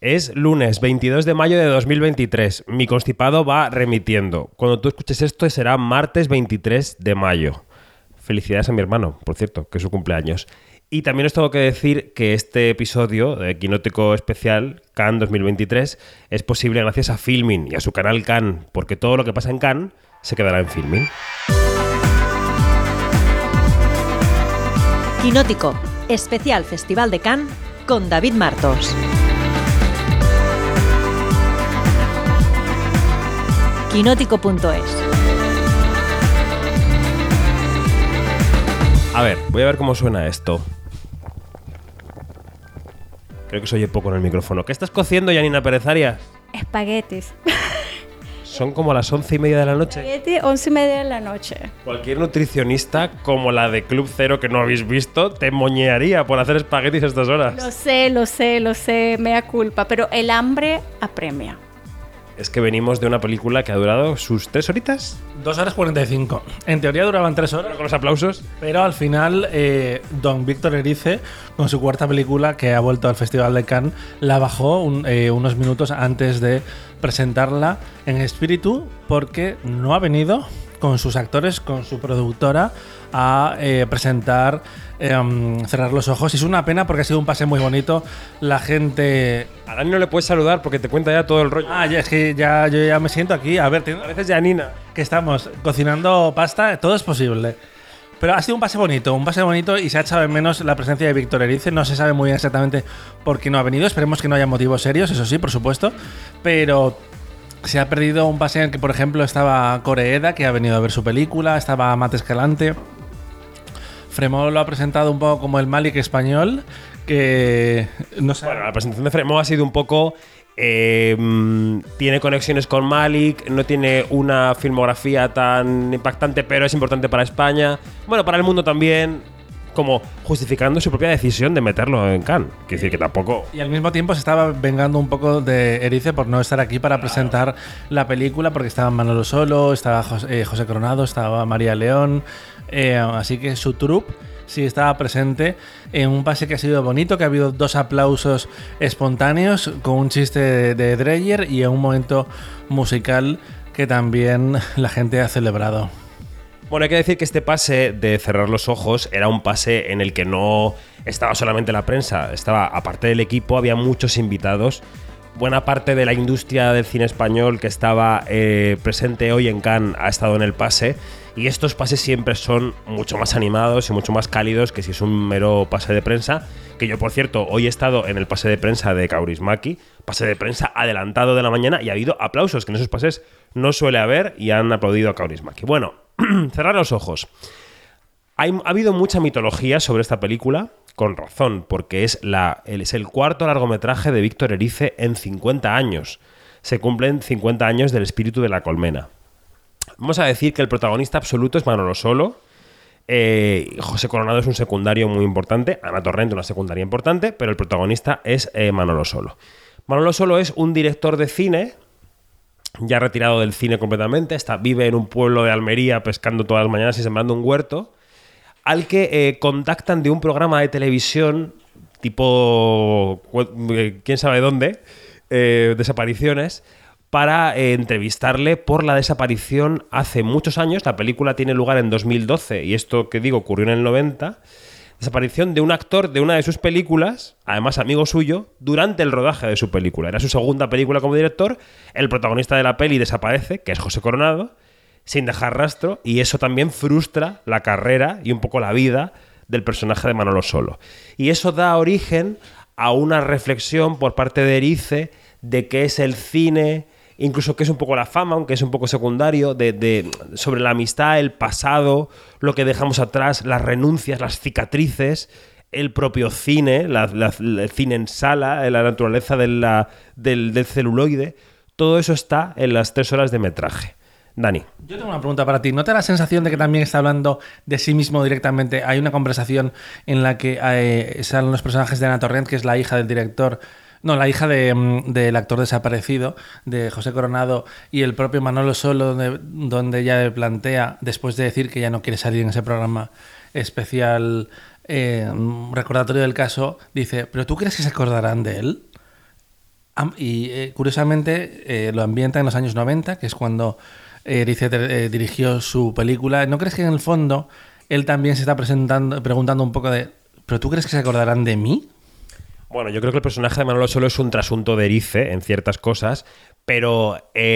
Es lunes 22 de mayo de 2023. Mi constipado va remitiendo. Cuando tú escuches esto será martes 23 de mayo. Felicidades a mi hermano, por cierto, que es su cumpleaños. Y también os tengo que decir que este episodio de Quinótico Especial Cannes 2023 es posible gracias a Filmin y a su canal Cannes, porque todo lo que pasa en Cannes se quedará en Filmin. Quinótico Especial Festival de Cannes con David Martos. Quinótico.es. A ver, voy a ver cómo suena esto. Creo que se oye poco en el micrófono. ¿Qué estás cociendo, Janina Pérez Arias? Espaguetis. Son como las 11:30 de la noche. Espagueti, 11:30 de la noche. Cualquier nutricionista, como la de Club Cero que no habéis visto, te moñearía por hacer espaguetis a estas horas. Lo sé, mea culpa, pero el hambre apremia. Es que venimos de una película que ha durado sus 3 horitas. 2 horas 45. En teoría duraban 3 horas. Con los aplausos. Pero al final, don Víctor Erice, con su cuarta película que ha vuelto al Festival de Cannes, la bajó unos minutos antes de presentarla en espíritu, porque no ha venido con sus actores, con su productora, a presentar Cerrar los ojos. Y es una pena porque ha sido un pase muy bonito. La gente... A Dani no le puedes saludar porque te cuenta ya todo el rollo. Ya, es que yo ya me siento aquí. A ver, a veces Janina. Que estamos cocinando pasta, todo es posible. Pero ha sido un pase bonito y se ha echado en menos la presencia de Víctor Erice. No se sabe muy bien exactamente por qué no ha venido. Esperemos que no haya motivos serios, eso sí, por supuesto. Pero se ha perdido un pase en el que, por ejemplo, estaba Coreeda, que ha venido a ver su película, estaba Matt Escalante. Fremont lo ha presentado un poco como el Malik español, que no sé. Bueno, la presentación de Fremont ha sido un poco... tiene conexiones con Malik, no tiene una filmografía tan impactante, pero es importante para España. Bueno, para el mundo también, como justificando su propia decisión de meterlo en Cannes. Quiere decir que tampoco... Y al mismo tiempo se estaba vengando un poco de Erice por no estar aquí para presentar la película, porque estaba Manolo Solo, estaba José Coronado, estaba María León, así que su troupe sí estaba presente en un pase que ha sido bonito, que ha habido 2 aplausos espontáneos con un chiste de Dreyer y en un momento musical que también la gente ha celebrado. Bueno, hay que decir que este pase de Cerrar los ojos era un pase en el que no estaba solamente la prensa, estaba, aparte del equipo, había muchos invitados. Buena parte de la industria del cine español que estaba presente hoy en Cannes ha estado en el pase, y estos pases siempre son mucho más animados y mucho más cálidos que si es un mero pase de prensa, que yo, por cierto, hoy he estado en el pase de prensa de Kaurismäki, pase de prensa adelantado de la mañana, y ha habido aplausos, que en esos pases no suele haber, y han aplaudido a Kaurismäki. Bueno, cerrar los ojos. Ha habido mucha mitología sobre esta película, con razón, porque es el cuarto largometraje de Víctor Erice en 50 años. Se cumplen 50 años del Espíritu de la colmena. Vamos a decir que el protagonista absoluto es Manolo Solo. José Coronado es un secundario muy importante, Ana Torrent una secundaria importante, pero el protagonista es Manolo Solo. Manolo Solo es un director de cine, ya retirado del cine completamente, vive en un pueblo de Almería pescando todas las mañanas y sembrando un huerto, al que contactan de un programa de televisión tipo quién sabe dónde, desapariciones, para entrevistarle por la desaparición hace muchos años. La película tiene lugar en 2012 y esto que digo ocurrió en el 90. Desaparición de un actor de una de sus películas, además amigo suyo, durante el rodaje de su película. Era su segunda película como director. El protagonista de la peli desaparece, que es José Coronado, sin dejar rastro, y eso también frustra la carrera y un poco la vida del personaje de Manolo Solo. Y eso da origen a una reflexión por parte de Erice de qué es el cine, incluso qué es un poco la fama, aunque es un poco secundario, sobre la amistad, el pasado, lo que dejamos atrás, las renuncias, las cicatrices, el propio cine, el cine en sala, la naturaleza del celuloide. Todo eso está en las 3 horas de metraje. Dani. Yo tengo una pregunta para ti. ¿No te da la sensación de que también está hablando de sí mismo directamente? Hay una conversación en la que salen los personajes de Ana Torrent, que es la hija del director... No, la hija del actor desaparecido, de José Coronado, y el propio Manolo Solo, donde ella le plantea, después de decir que ya no quiere salir en ese programa especial recordatorio del caso, dice, ¿pero tú crees que se acordarán de él? Curiosamente lo ambienta en los años 90, que es cuando Erice dirigió su película. ¿No crees que en el fondo él también se está preguntando un poco de ¿pero tú crees que se acordarán de mí? Bueno, yo creo que el personaje de Manolo Solo es un trasunto de Erice en ciertas cosas, pero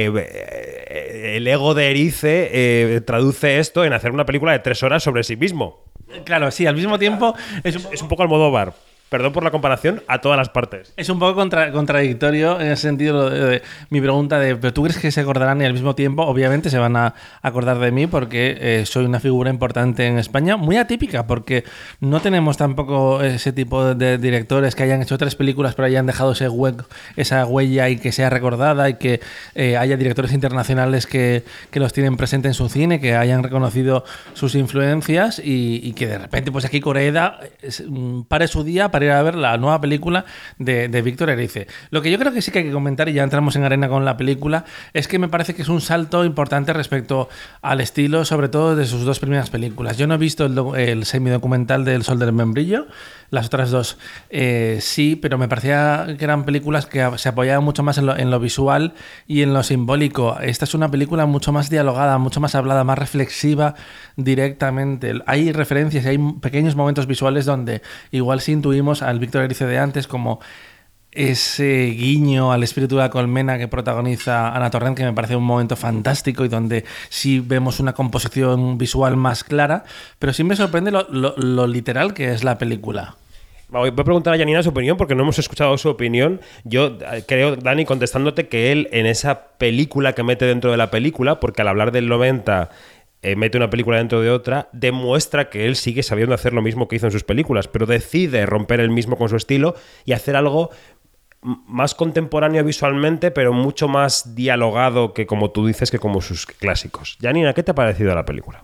el ego de Erice traduce esto en hacer una película de 3 horas sobre sí mismo. Claro, sí, al mismo tiempo Es un poco Almodóvar. Perdón por la comparación, a todas las partes. Es un poco contradictorio en ese sentido mi pregunta de ¿pero tú crees que se acordarán? Y al mismo tiempo, obviamente, se van a acordar de mí porque soy una figura importante en España, muy atípica, porque no tenemos tampoco ese tipo de directores que hayan hecho 3 películas pero hayan dejado esa huella y que sea recordada y que haya directores internacionales que los tienen presente en su cine, que hayan reconocido sus influencias y que de repente pues aquí Koreeda pare su día para ir a ver la nueva película de Víctor Erice. Lo que yo creo que sí que hay que comentar, y ya entramos en arena con la película, es que me parece que es un salto importante respecto al estilo, sobre todo de sus 2 primeras películas. Yo no he visto el semidocumental del Sol del Membrillo, las otras 2 sí, pero me parecía que eran películas que se apoyaban mucho más en lo visual y en lo simbólico. Esta es una película mucho más dialogada, mucho más hablada, más reflexiva directamente. Hay referencias y hay pequeños momentos visuales donde igual sí intuimos al Víctor Erice de antes, como ese guiño al espíritu de la colmena que protagoniza Ana Torrent, que me parece un momento fantástico y donde sí vemos una composición visual más clara, pero sí me sorprende lo literal que es la película. Voy a preguntar a Janina su opinión porque no hemos escuchado su opinión. Yo creo, Dani, contestándote, que él en esa película que mete dentro de la película, porque al hablar del 90 mete una película dentro de otra, demuestra que él sigue sabiendo hacer lo mismo que hizo en sus películas, pero decide romper el mismo con su estilo y hacer algo más contemporáneo visualmente, pero mucho más dialogado que, como tú dices, que como sus clásicos. Janina, ¿qué te ha parecido la película?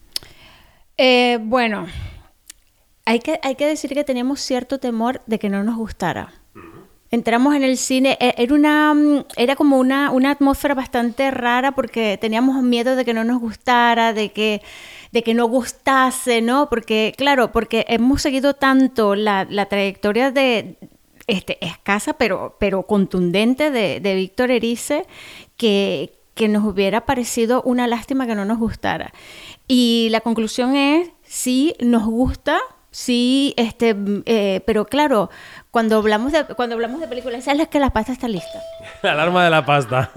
Bueno, hay que decir que teníamos cierto temor de que no nos gustara. Entramos en el cine, era como una atmósfera bastante rara porque teníamos miedo de que no nos gustara, de que no gustase, ¿no? Porque, claro, porque hemos seguido tanto la trayectoria de escasa pero contundente de Víctor Erice que nos hubiera parecido una lástima que no nos gustara. Y la conclusión es, sí, nos gusta. Sí, pero claro, cuando hablamos de películas, ¿sabes que la pasta está lista? La alarma de la pasta.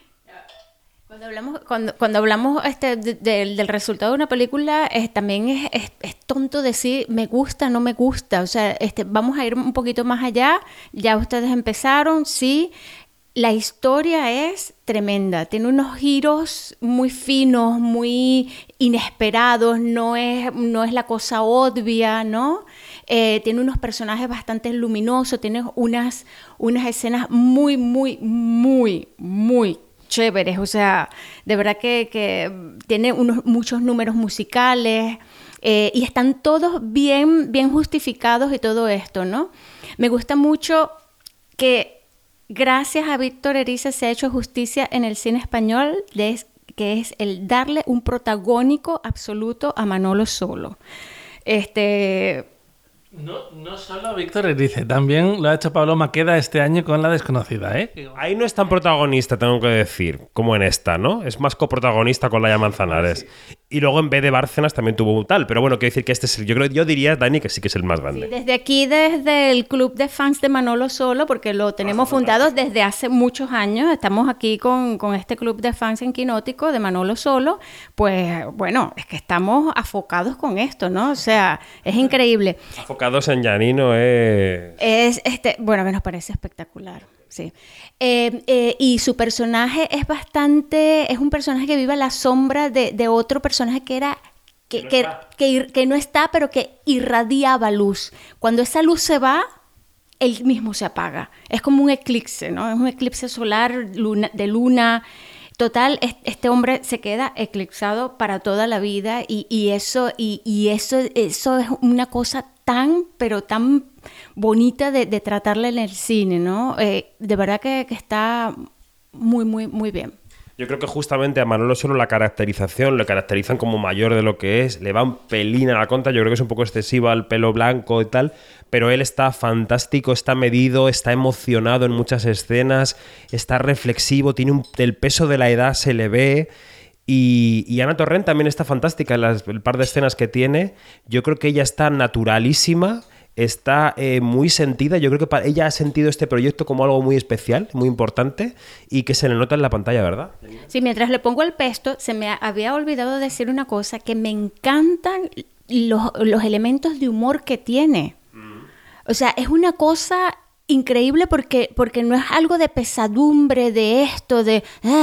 Cuando hablamos del resultado de una película, también es tonto decir me gusta, no me gusta. O sea, vamos a ir un poquito más allá. Ya ustedes empezaron, sí. La historia es tremenda, tiene unos giros muy finos, muy inesperados, no es la cosa obvia, ¿no? Tiene unos personajes bastante luminosos, tiene unas escenas muy, muy, muy, muy chéveres, o sea, de verdad que tiene muchos números musicales y están todos bien justificados y todo esto, ¿no? Me gusta mucho que gracias a Víctor Erice se ha hecho justicia en el cine español, que es el darle un protagónico absoluto a Manolo Solo. No solo Víctor Erice, también lo ha hecho Pablo Maqueda este año con La Desconocida, ¿eh? Ahí no es tan protagonista, tengo que decir, como en esta, ¿no? Es más coprotagonista con Laia Manzanares. Sí. Y luego en vez de Bárcenas también tuvo un tal. Pero bueno, quiero decir que este es yo diría, Dani, que sí que es el más grande. Sí, desde el club de fans de Manolo Solo, porque lo tenemos fundado desde hace muchos años. Estamos aquí con este club de fans en Quinótico de Manolo Solo. Pues bueno, es que estamos afocados con esto, ¿no? O sea, es increíble. Afocados en Janino bueno, que nos parece espectacular. Sí. Y su personaje es un personaje que vive a la sombra de otro personaje que no está, pero que irradiaba luz. Cuando esa luz se va, él mismo se apaga. Es como un eclipse, ¿no? Es un eclipse solar de luna. Total, este hombre se queda eclipsado para toda la vida y eso es una cosa pero tan bonita de tratarla en el cine, ¿no? De verdad que está muy, muy, muy bien. Yo creo que justamente a Manolo Solo la caracterización, lo caracterizan como mayor de lo que es, le va un pelín a la contra, yo creo que es un poco excesiva el pelo blanco y tal, pero él está fantástico, está medido, está emocionado en muchas escenas, está reflexivo, tiene el peso de la edad se le ve. Y Ana Torrent también está fantástica en el par de escenas que tiene. Yo creo que ella está naturalísima, está muy sentida. Yo creo que ella ha sentido este proyecto como algo muy especial, muy importante, y que se le nota en la pantalla, ¿verdad? Sí, mientras le pongo el pesto, se me había olvidado decir una cosa, que me encantan los elementos de humor que tiene. O sea, es una cosa increíble porque no es algo de pesadumbre, de esto, de...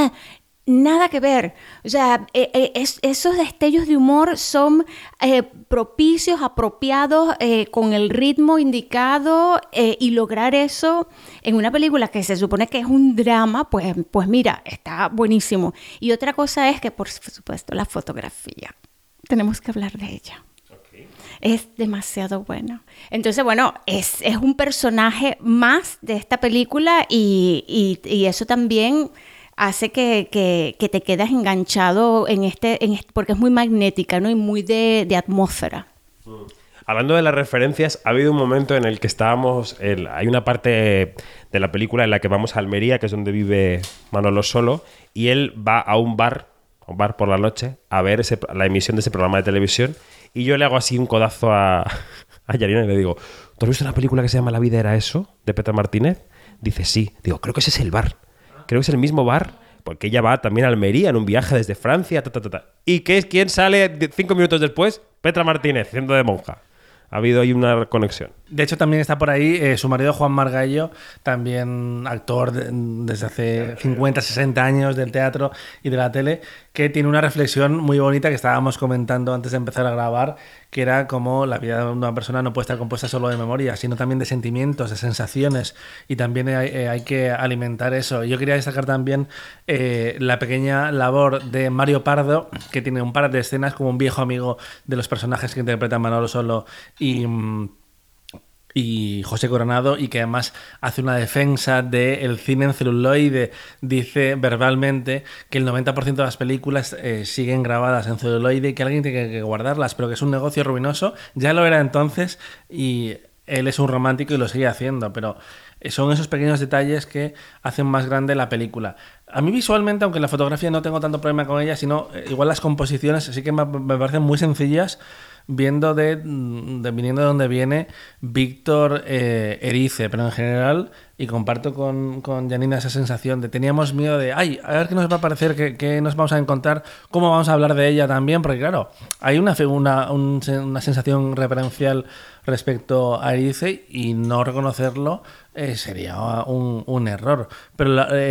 nada que ver. O sea, esos destellos de humor son propicios, apropiados, con el ritmo indicado, y lograr eso en una película que se supone que es un drama, pues mira, está buenísimo. Y otra cosa es que, por supuesto, la fotografía. Tenemos que hablar de ella. Okay. Es demasiado buena. Entonces, bueno, es un personaje más de esta película y eso también... hace que te quedas enganchado en este, porque es muy magnética, ¿no? Y muy de atmósfera. Hablando de las referencias, ha habido un momento en el que estábamos... hay una parte de la película en la que vamos a Almería, que es donde vive Manolo Solo, y él va a un bar por la noche, a ver la emisión de ese programa de televisión, y yo le hago así un codazo a Yarina y le digo, ¿tú has visto una película que se llama La vida era eso? De Petra Martínez. Dice, sí. Digo, creo que ese es el bar. Creo que es el mismo bar, porque ella va también a Almería en un viaje desde Francia. ¿Y quién sale 5 minutos después? Petra Martínez, siendo de monja. Ha habido ahí una conexión. De hecho, también está por ahí su marido Juan Margallo, también actor desde hace 50, 60 años del teatro y de la tele, que tiene una reflexión muy bonita que estábamos comentando antes de empezar a grabar, que era como la vida de una persona no puede estar compuesta solo de memoria, sino también de sentimientos, de sensaciones, y también hay que alimentar eso. Yo quería destacar también la pequeña labor de Mario Pardo, que tiene un par de escenas como un viejo amigo de los personajes que interpreta Manolo Solo y José Coronado, y que además hace una defensa del cine en celuloide. Dice verbalmente que el 90% de las películas siguen grabadas en celuloide y que alguien tiene que guardarlas, pero que es un negocio ruinoso. Ya lo era entonces y él es un romántico y lo sigue haciendo, pero son esos pequeños detalles que hacen más grande la película. A mí visualmente, aunque la fotografía no tengo tanto problema con ella, sino igual las composiciones sí que me parecen muy sencillas, viniendo de donde viene Víctor Erice, pero en general, y comparto con Janina esa sensación de teníamos miedo de, a ver qué nos va a parecer, qué nos vamos a encontrar, cómo vamos a hablar de ella también, porque claro, hay una sensación referencial respecto a Erice y no reconocerlo sería un error. Pero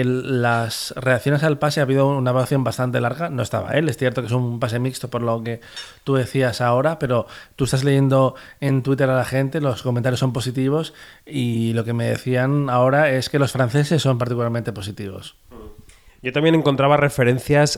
las reacciones al pase, ha habido una evaluación bastante larga. No estaba él, es cierto que es un pase mixto por lo que tú decías ahora, pero tú estás leyendo en Twitter a la gente, los comentarios son positivos y lo que me decían ahora es que los franceses son particularmente positivos. Yo también encontraba referencias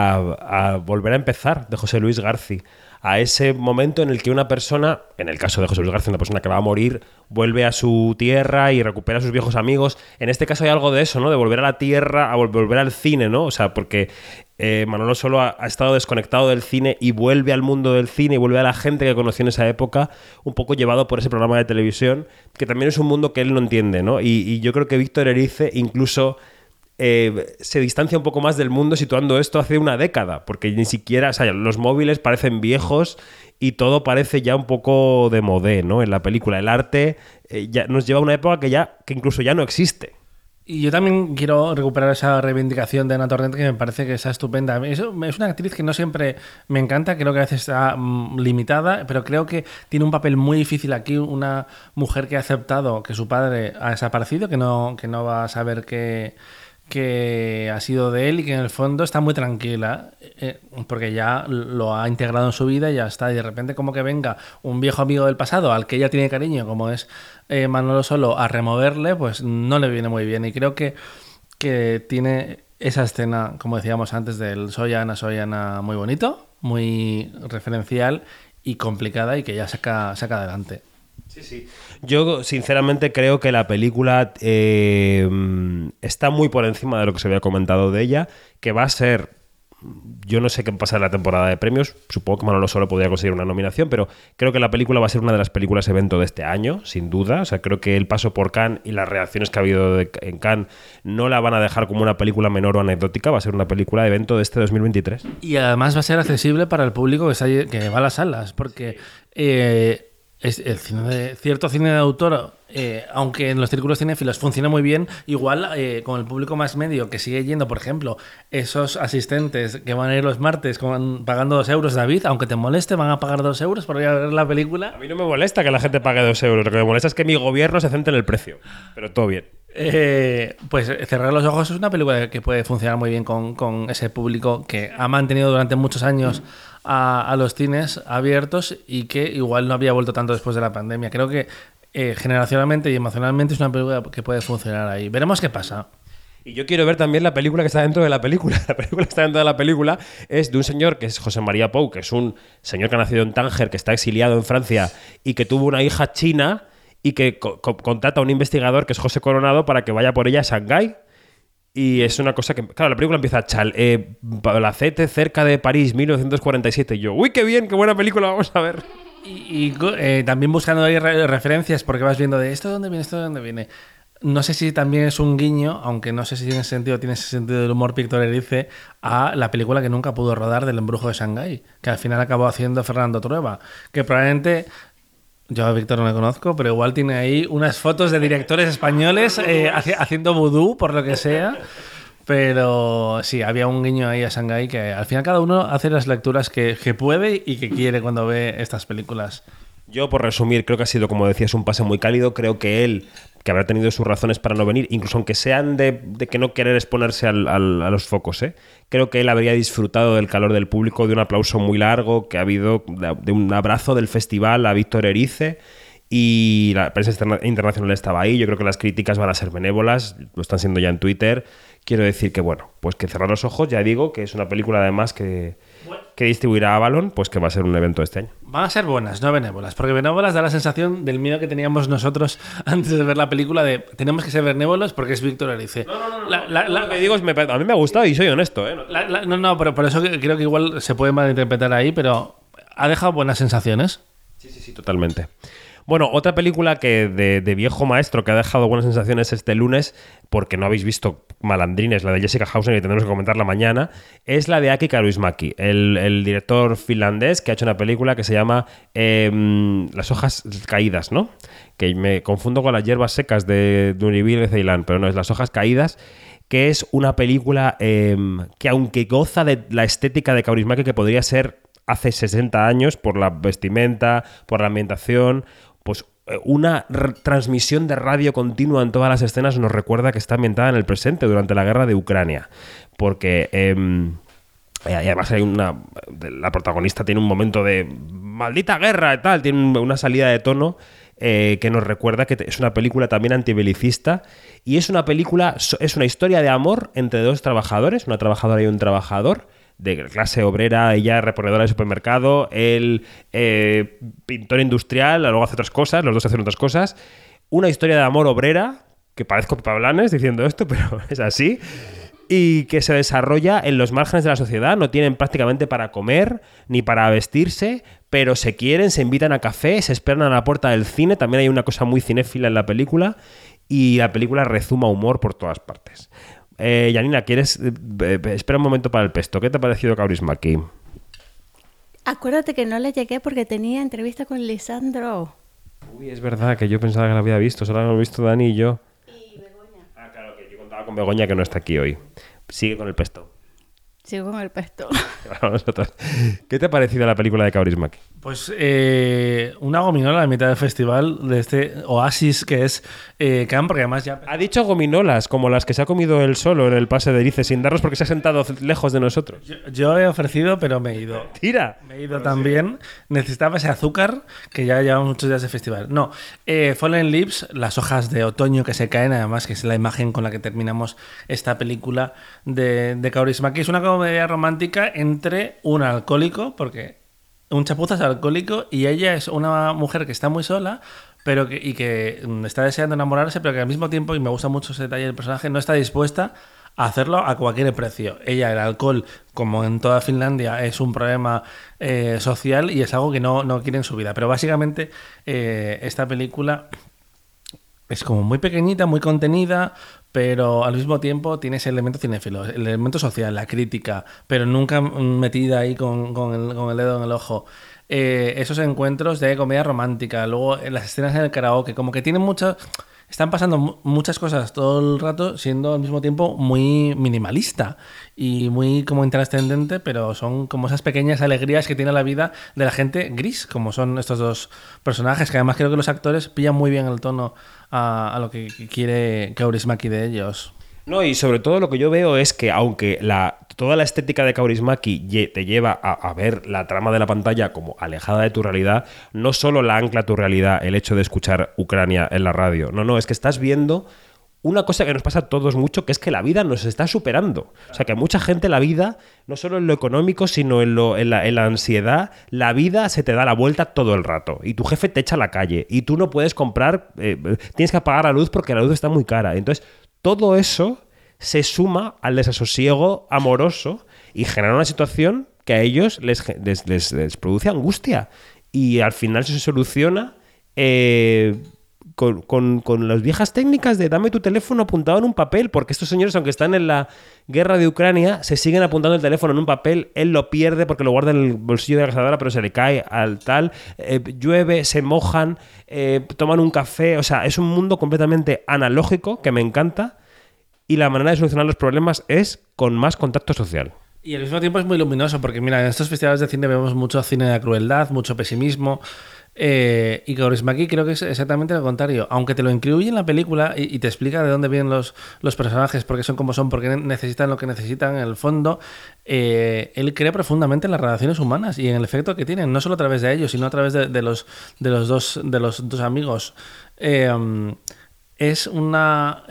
a Volver a empezar, de José Luis García, a ese momento en el que una persona, en el caso de José Luis García, una persona que va a morir, vuelve a su tierra y recupera a sus viejos amigos. En este caso hay algo de eso, ¿no? De volver a la tierra, a volver al cine, ¿no? O sea, porque Manolo Solo ha estado desconectado del cine y vuelve al mundo del cine y vuelve a la gente que conoció en esa época, un poco llevado por ese programa de televisión, que también es un mundo que él no entiende, ¿no? Y yo creo que Víctor Erice incluso se distancia un poco más del mundo situando esto hace una década, porque ni siquiera, o sea, los móviles parecen viejos y todo parece ya un poco de modé, ¿no? En la película, el arte ya nos lleva a una época que incluso ya no existe. Y yo también quiero recuperar esa reivindicación de Ana Torrent, que me parece que está estupenda. Es una actriz que no siempre me encanta, creo que a veces está limitada, pero creo que tiene un papel muy difícil aquí, una mujer que ha aceptado que su padre ha desaparecido, que no va a saber que ha sido de él y que en el fondo está muy tranquila porque ya lo ha integrado en su vida y ya está, y de repente como que venga un viejo amigo del pasado al que ella tiene cariño, como es Manolo Solo, a removerle, pues no le viene muy bien. Y creo que tiene esa escena, como decíamos antes, del soy Ana muy bonito, muy referencial y complicada, y que ya saca adelante. Sí, sí. Yo sinceramente creo que la película está muy por encima de lo que se había comentado de ella, que va a ser... Yo no sé qué pasa en la temporada de premios, supongo que Manolo solo podría conseguir una nominación, pero creo que la película va a ser una de las películas evento de este año, sin duda. O sea, creo que el paso por Cannes y las reacciones que ha habido en Cannes no la van a dejar como una película menor o anecdótica, va a ser una película de evento de este 2023. Y además va a ser accesible para el público que va a las salas, porque es el cierto cine de autor, aunque en los círculos cinéfilos funciona muy bien, igual con el público más medio que sigue yendo, por ejemplo, esos asistentes que van a ir los martes pagando 2 euros, David, aunque te moleste, van a pagar 2 euros por ir a ver la película. A mí no me molesta que la gente pague 2 euros, lo que me molesta es que mi gobierno se centre en el precio, pero todo bien. Pues Cerrar los ojos es una película que puede funcionar muy bien con ese público que ha mantenido durante muchos años a los cines abiertos y que igual no había vuelto tanto después de la pandemia. Creo que generacionalmente y emocionalmente es una película que puede funcionar ahí. Veremos qué pasa. Y yo quiero ver también la película que está dentro de la película. La película que está dentro de la película es de un señor que es José María Pou, que es un señor que ha nacido en Tánger, que está exiliado en Francia y que tuvo una hija china y que contrata a un investigador que es José Coronado para que vaya por ella a Shanghái. Y es una cosa que... Claro, la película empieza Palacete, cerca de París, 1947. Y yo, ¡uy, qué bien! ¡Qué buena película vamos a ver! Y también buscando ahí referencias, porque vas viendo de esto de dónde viene, esto de dónde viene. No sé si también es un guiño, aunque no sé si tiene ese sentido del humor pictorialice, a la película que nunca pudo rodar del Embrujo de Shanghái, que al final acabó haciendo Fernando Trueba, que probablemente... Yo a Víctor no le conozco, pero igual tiene ahí unas fotos de directores españoles haciendo vudú, por lo que sea. Pero sí, había un guiño ahí a Shanghái que al final cada uno hace las lecturas que puede y que quiere cuando ve estas películas. Yo, por resumir, creo que ha sido, como decías, un pase muy cálido. Creo que él, que habrá tenido sus razones para no venir, incluso aunque sean de que no querer exponerse a los focos, creo que él habría disfrutado del calor del público, de un aplauso muy largo que ha habido, de un abrazo del festival a Víctor Erice, y la prensa internacional estaba ahí. Yo creo que las críticas van a ser benévolas, lo están siendo ya en Twitter. Quiero decir que, bueno, pues que Cerrar los ojos, ya digo, que es una película además que distribuirá Avalon, pues que va a ser un evento este año. Van a ser buenas, no benévolas, porque benévolas da la sensación del miedo que teníamos nosotros antes de ver la película de tenemos que ser benévolos porque es Víctor Erice. No. Lo que digo es, a mí me ha gustado y soy honesto, ¿eh? Pero por eso creo que igual se puede malinterpretar ahí, pero ha dejado buenas sensaciones. Sí, totalmente. Bueno, otra película que de viejo maestro que ha dejado buenas sensaciones este lunes, porque no habéis visto Malandrines, la de Jessica Hausen, y tendremos que comentarla mañana, es la de Aki Kaurismäki, el director finlandés que ha hecho una película que se llama Las hojas caídas, ¿no? Que me confundo con Las hierbas secas de Nurivir de Ceilán, pero no, es Las hojas caídas, que es una película que, aunque goza de la estética de Kaurismäki, que podría ser hace 60 años por la vestimenta, por la ambientación, pues una transmisión de radio continua en todas las escenas nos recuerda que está ambientada en el presente durante la guerra de Ucrania, porque y además la protagonista tiene un momento de maldita guerra y tal, tiene una salida de tono que nos recuerda que es una película también antibelicista, y es una historia de amor entre dos trabajadores, una trabajadora y un trabajador de clase obrera, ella reponedora de supermercado, él pintor industrial, luego hace otras cosas, los dos hacen otras cosas. Una historia de amor obrera, que parezco Pepa Blanes diciendo esto, pero es así, y que se desarrolla en los márgenes de la sociedad. No tienen prácticamente para comer ni para vestirse, pero se quieren, se invitan a café, se esperan a la puerta del cine. También hay una cosa muy cinéfila en la película, y la película rezuma humor por todas partes. Janina, ¿quieres? Espera un momento para el pesto. ¿Qué te ha parecido Kaurismäki? Acuérdate que no le llegué porque tenía entrevista con Lisandro. Uy, es verdad que yo pensaba que la había visto. Solo la hemos visto Dani y yo. Y Begoña. Ah, claro, que yo contaba con Begoña, que no está aquí hoy. Sigue con el pesto. Sigo con el pesto. ¿Qué te ha parecido la película de Kaurismäki? Pues una gominola a mitad del festival, de este oasis que es Cannes, porque además ya... Ha dicho gominolas, como las que se ha comido él solo en el pase de Erice sin darnos, porque se ha sentado lejos de nosotros. Yo he ofrecido, pero me he ido. ¡Tira! Me he ido también. Sí. Necesitaba ese azúcar, que ya llevamos muchos días de festival. No, Fallen Leaves, las hojas de otoño que se caen, además, que es la imagen con la que terminamos esta película de Kaurismäki. Es una comedia romántica entre un alcohólico, porque un chapuzas alcohólico, y ella es una mujer que está muy sola, pero que está deseando enamorarse, pero que al mismo tiempo, y me gusta mucho ese detalle del personaje, no está dispuesta a hacerlo a cualquier precio. Ella, el alcohol, como en toda Finlandia, es un problema social y es algo que no quiere en su vida. Pero básicamente esta película es como muy pequeñita, muy contenida, pero al mismo tiempo tiene ese elemento cinéfilo, el elemento social, la crítica, pero nunca metida ahí con el dedo en el ojo. Esos encuentros de comedia romántica, luego las escenas en el karaoke, como que tienen mucho... Están pasando muchas cosas todo el rato, siendo al mismo tiempo muy minimalista y muy como intrascendente, pero son como esas pequeñas alegrías que tiene la vida de la gente gris, como son estos dos personajes, que además creo que los actores pillan muy bien el tono a lo que quiere Kaurismäki de ellos. No, y sobre todo lo que yo veo es que aunque toda la estética de Kaurismäki te lleva a ver la trama de la pantalla como alejada de tu realidad, no solo la ancla a tu realidad el hecho de escuchar Ucrania en la radio. No, es que estás viendo una cosa que nos pasa a todos mucho, que es que la vida nos está superando. O sea, que mucha gente la vida, no solo en lo económico, sino en la ansiedad, la vida se te da la vuelta todo el rato. Y tu jefe te echa a la calle. Y tú no puedes comprar, tienes que apagar la luz porque la luz está muy cara. Entonces, todo eso se suma al desasosiego amoroso y genera una situación que a ellos les produce angustia. Y al final eso se soluciona con las viejas técnicas de dame tu teléfono apuntado en un papel, porque estos señores, aunque están en la guerra de Ucrania, se siguen apuntando el teléfono en un papel. Él lo pierde porque lo guarda en el bolsillo de la cazadora, pero se le cae al tal. Llueve, se mojan, toman un café. O sea, es un mundo completamente analógico que me encanta. Y la manera de solucionar los problemas es con más contacto social. Y al mismo tiempo es muy luminoso, porque mira, en estos festivales de cine vemos mucho cine de la crueldad, mucho pesimismo, y Kaurismäki creo que es exactamente lo contrario. Aunque te lo incluye en la película y te explica de dónde vienen los personajes, por qué son como son, por qué necesitan lo que necesitan en el fondo, él cree profundamente en las relaciones humanas y en el efecto que tienen, no solo a través de ellos, sino a través de los dos amigos. Es una...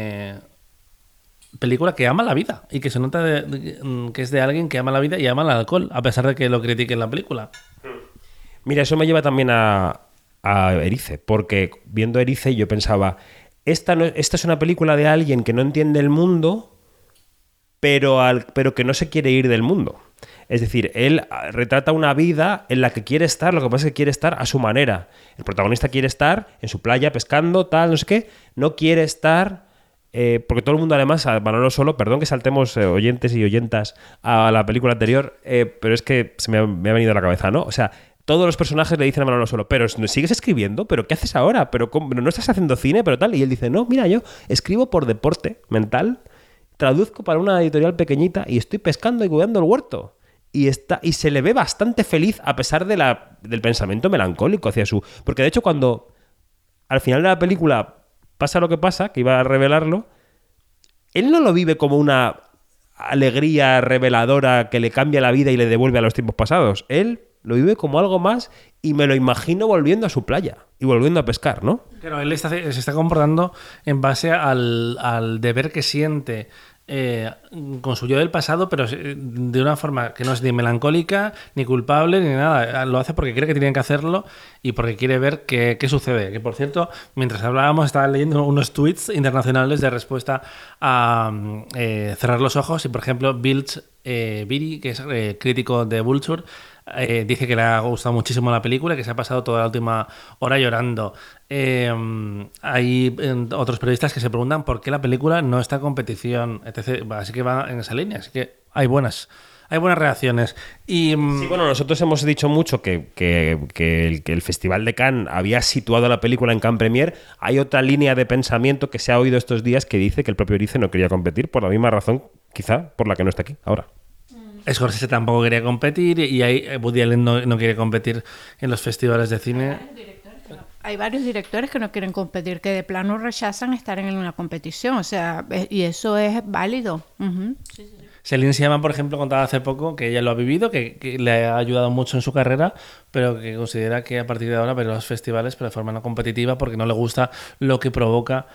película que ama la vida y que se nota que es de alguien que ama la vida y ama el alcohol, a pesar de que lo critique en la película. Mira, eso me lleva también a Erice, porque viendo Erice yo pensaba, esta es una película de alguien que no entiende el mundo, pero que no se quiere ir del mundo. Es decir, él retrata una vida en la que quiere estar, lo que pasa es que quiere estar a su manera. El protagonista quiere estar en su playa pescando, tal, no sé qué, no quiere estar... porque todo el mundo además, a Manolo Solo, perdón que saltemos oyentes y oyentas a la película anterior, pero es que se me ha venido a la cabeza, ¿no? O sea, todos los personajes le dicen a Manolo Solo, pero ¿sigues escribiendo? ¿Pero qué haces ahora? ¿Pero no estás haciendo cine? ¿Pero tal? Y él dice, no, mira, yo escribo por deporte mental, traduzco para una editorial pequeñita y estoy pescando y cuidando el huerto. Y se le ve bastante feliz a pesar del pensamiento melancólico hacia su... Porque de hecho cuando al final de la película pasa lo que pasa, que iba a revelarlo, él no lo vive como una alegría reveladora que le cambia la vida y le devuelve a los tiempos pasados. Él lo vive como algo más y me lo imagino volviendo a su playa y volviendo a pescar, ¿no? Claro, él se está comportando en base al deber que siente con su yo del pasado, pero de una forma que no es ni melancólica, ni culpable, ni nada. Lo hace porque cree que tiene que hacerlo y porque quiere ver qué sucede. Que, por cierto, mientras hablábamos estaba leyendo unos tweets internacionales de respuesta a cerrar los ojos y, por ejemplo, Bilge Biri, que es crítico de Vulture, dice que le ha gustado muchísimo la película, que se ha pasado toda la última hora llorando. Hay otros periodistas que se preguntan por qué la película no está en competición, etc. Así que va en esa línea. Así que hay buenas reacciones. Sí, bueno, nosotros hemos dicho mucho que el Festival de Cannes había situado la película en Cannes Premiere. Hay otra línea de pensamiento que se ha oído estos días que dice que el propio Erice no quería competir por la misma razón, quizá, por la que no está aquí ahora. Scorsese tampoco quería competir y Woody Allen no quiere competir en los festivales de cine. Hay varios directores que no quieren competir, que de plano rechazan estar en una competición, o sea, y eso es válido. Uh-huh. Celine Sciamma, por ejemplo, contaba hace poco que ella lo ha vivido, que le ha ayudado mucho en su carrera, pero que considera que a partir de ahora verá los festivales pero de forma no competitiva porque no le gusta lo que provoca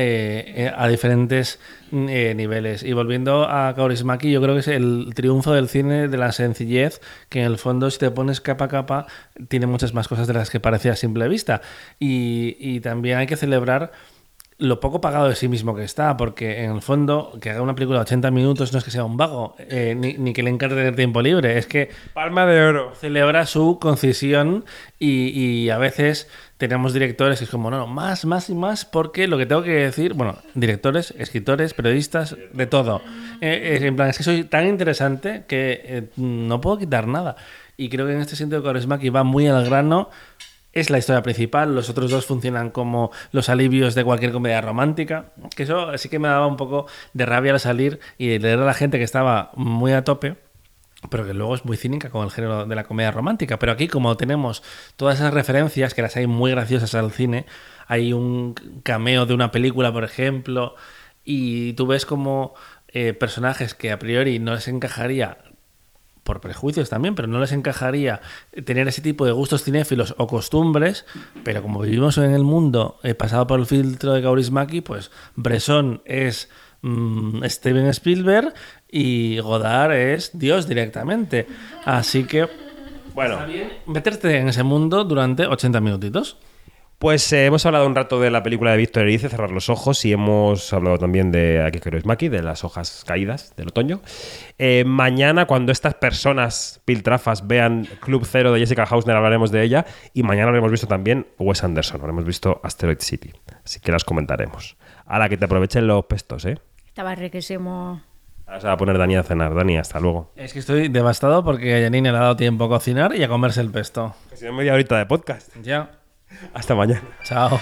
a diferentes niveles. Y volviendo a Kaurismäki, yo creo que es el triunfo del cine de la sencillez, que en el fondo si te pones capa a capa tiene muchas más cosas de las que parece a simple vista. Y también hay que celebrar lo poco pagado de sí mismo que está, porque en el fondo que haga una película de 80 minutos no es que sea un vago, ni que le encarte tener tiempo libre, es que Palma de oro. celebra su concisión y a veces tenemos directores que es como, no, más y más, porque lo que tengo que decir, bueno, directores, escritores, periodistas, de todo. En plan, es que soy tan interesante que no puedo quitar nada. Y creo que en este sentido Kaurismäki va muy al grano. Es la historia principal, los otros dos funcionan como los alivios de cualquier comedia romántica, que eso sí que me daba un poco de rabia al salir y leer a la gente que estaba muy a tope, pero que luego es muy cínica con el género de la comedia romántica. Pero aquí, como tenemos todas esas referencias, que las hay muy graciosas al cine, hay un cameo de una película, por ejemplo, y tú ves como personajes que a priori no les encajaría, por prejuicios también, pero no les encajaría tener ese tipo de gustos cinéfilos o costumbres, pero como vivimos en el mundo pasado por el filtro de Kaurismäki, pues Bresson es Steven Spielberg y Godard es Dios directamente. Así que, bueno, está bien meterte en ese mundo durante 80 minutitos. Pues hemos hablado un rato de la película de Víctor Erice, Cerrar los ojos, y hemos hablado también de Aki Kaurismäki, de las hojas caídas del otoño. Mañana, cuando estas personas piltrafas vean Club Cero de Jessica Hausner, hablaremos de ella, y mañana habremos visto también Wes Anderson, habremos visto Asteroid City, así que las comentaremos. A la que te aprovechen los pestos, ¿eh? Estaba riquísimo. Ahora se va a poner Dani a cenar. Dani, hasta luego. Es que estoy devastado porque a Janine le ha dado tiempo a cocinar y a comerse el pesto. Que si no, media horita de podcast. Ya. Hasta mañana. Chao.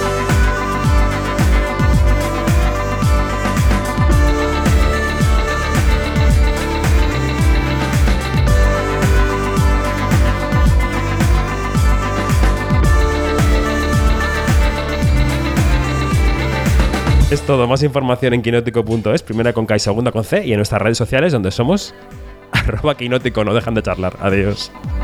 Es todo. Más información en quinótico.es, primera con K y segunda con C, y en nuestras redes sociales donde somos @quinótico. No dejan de charlar. Adiós.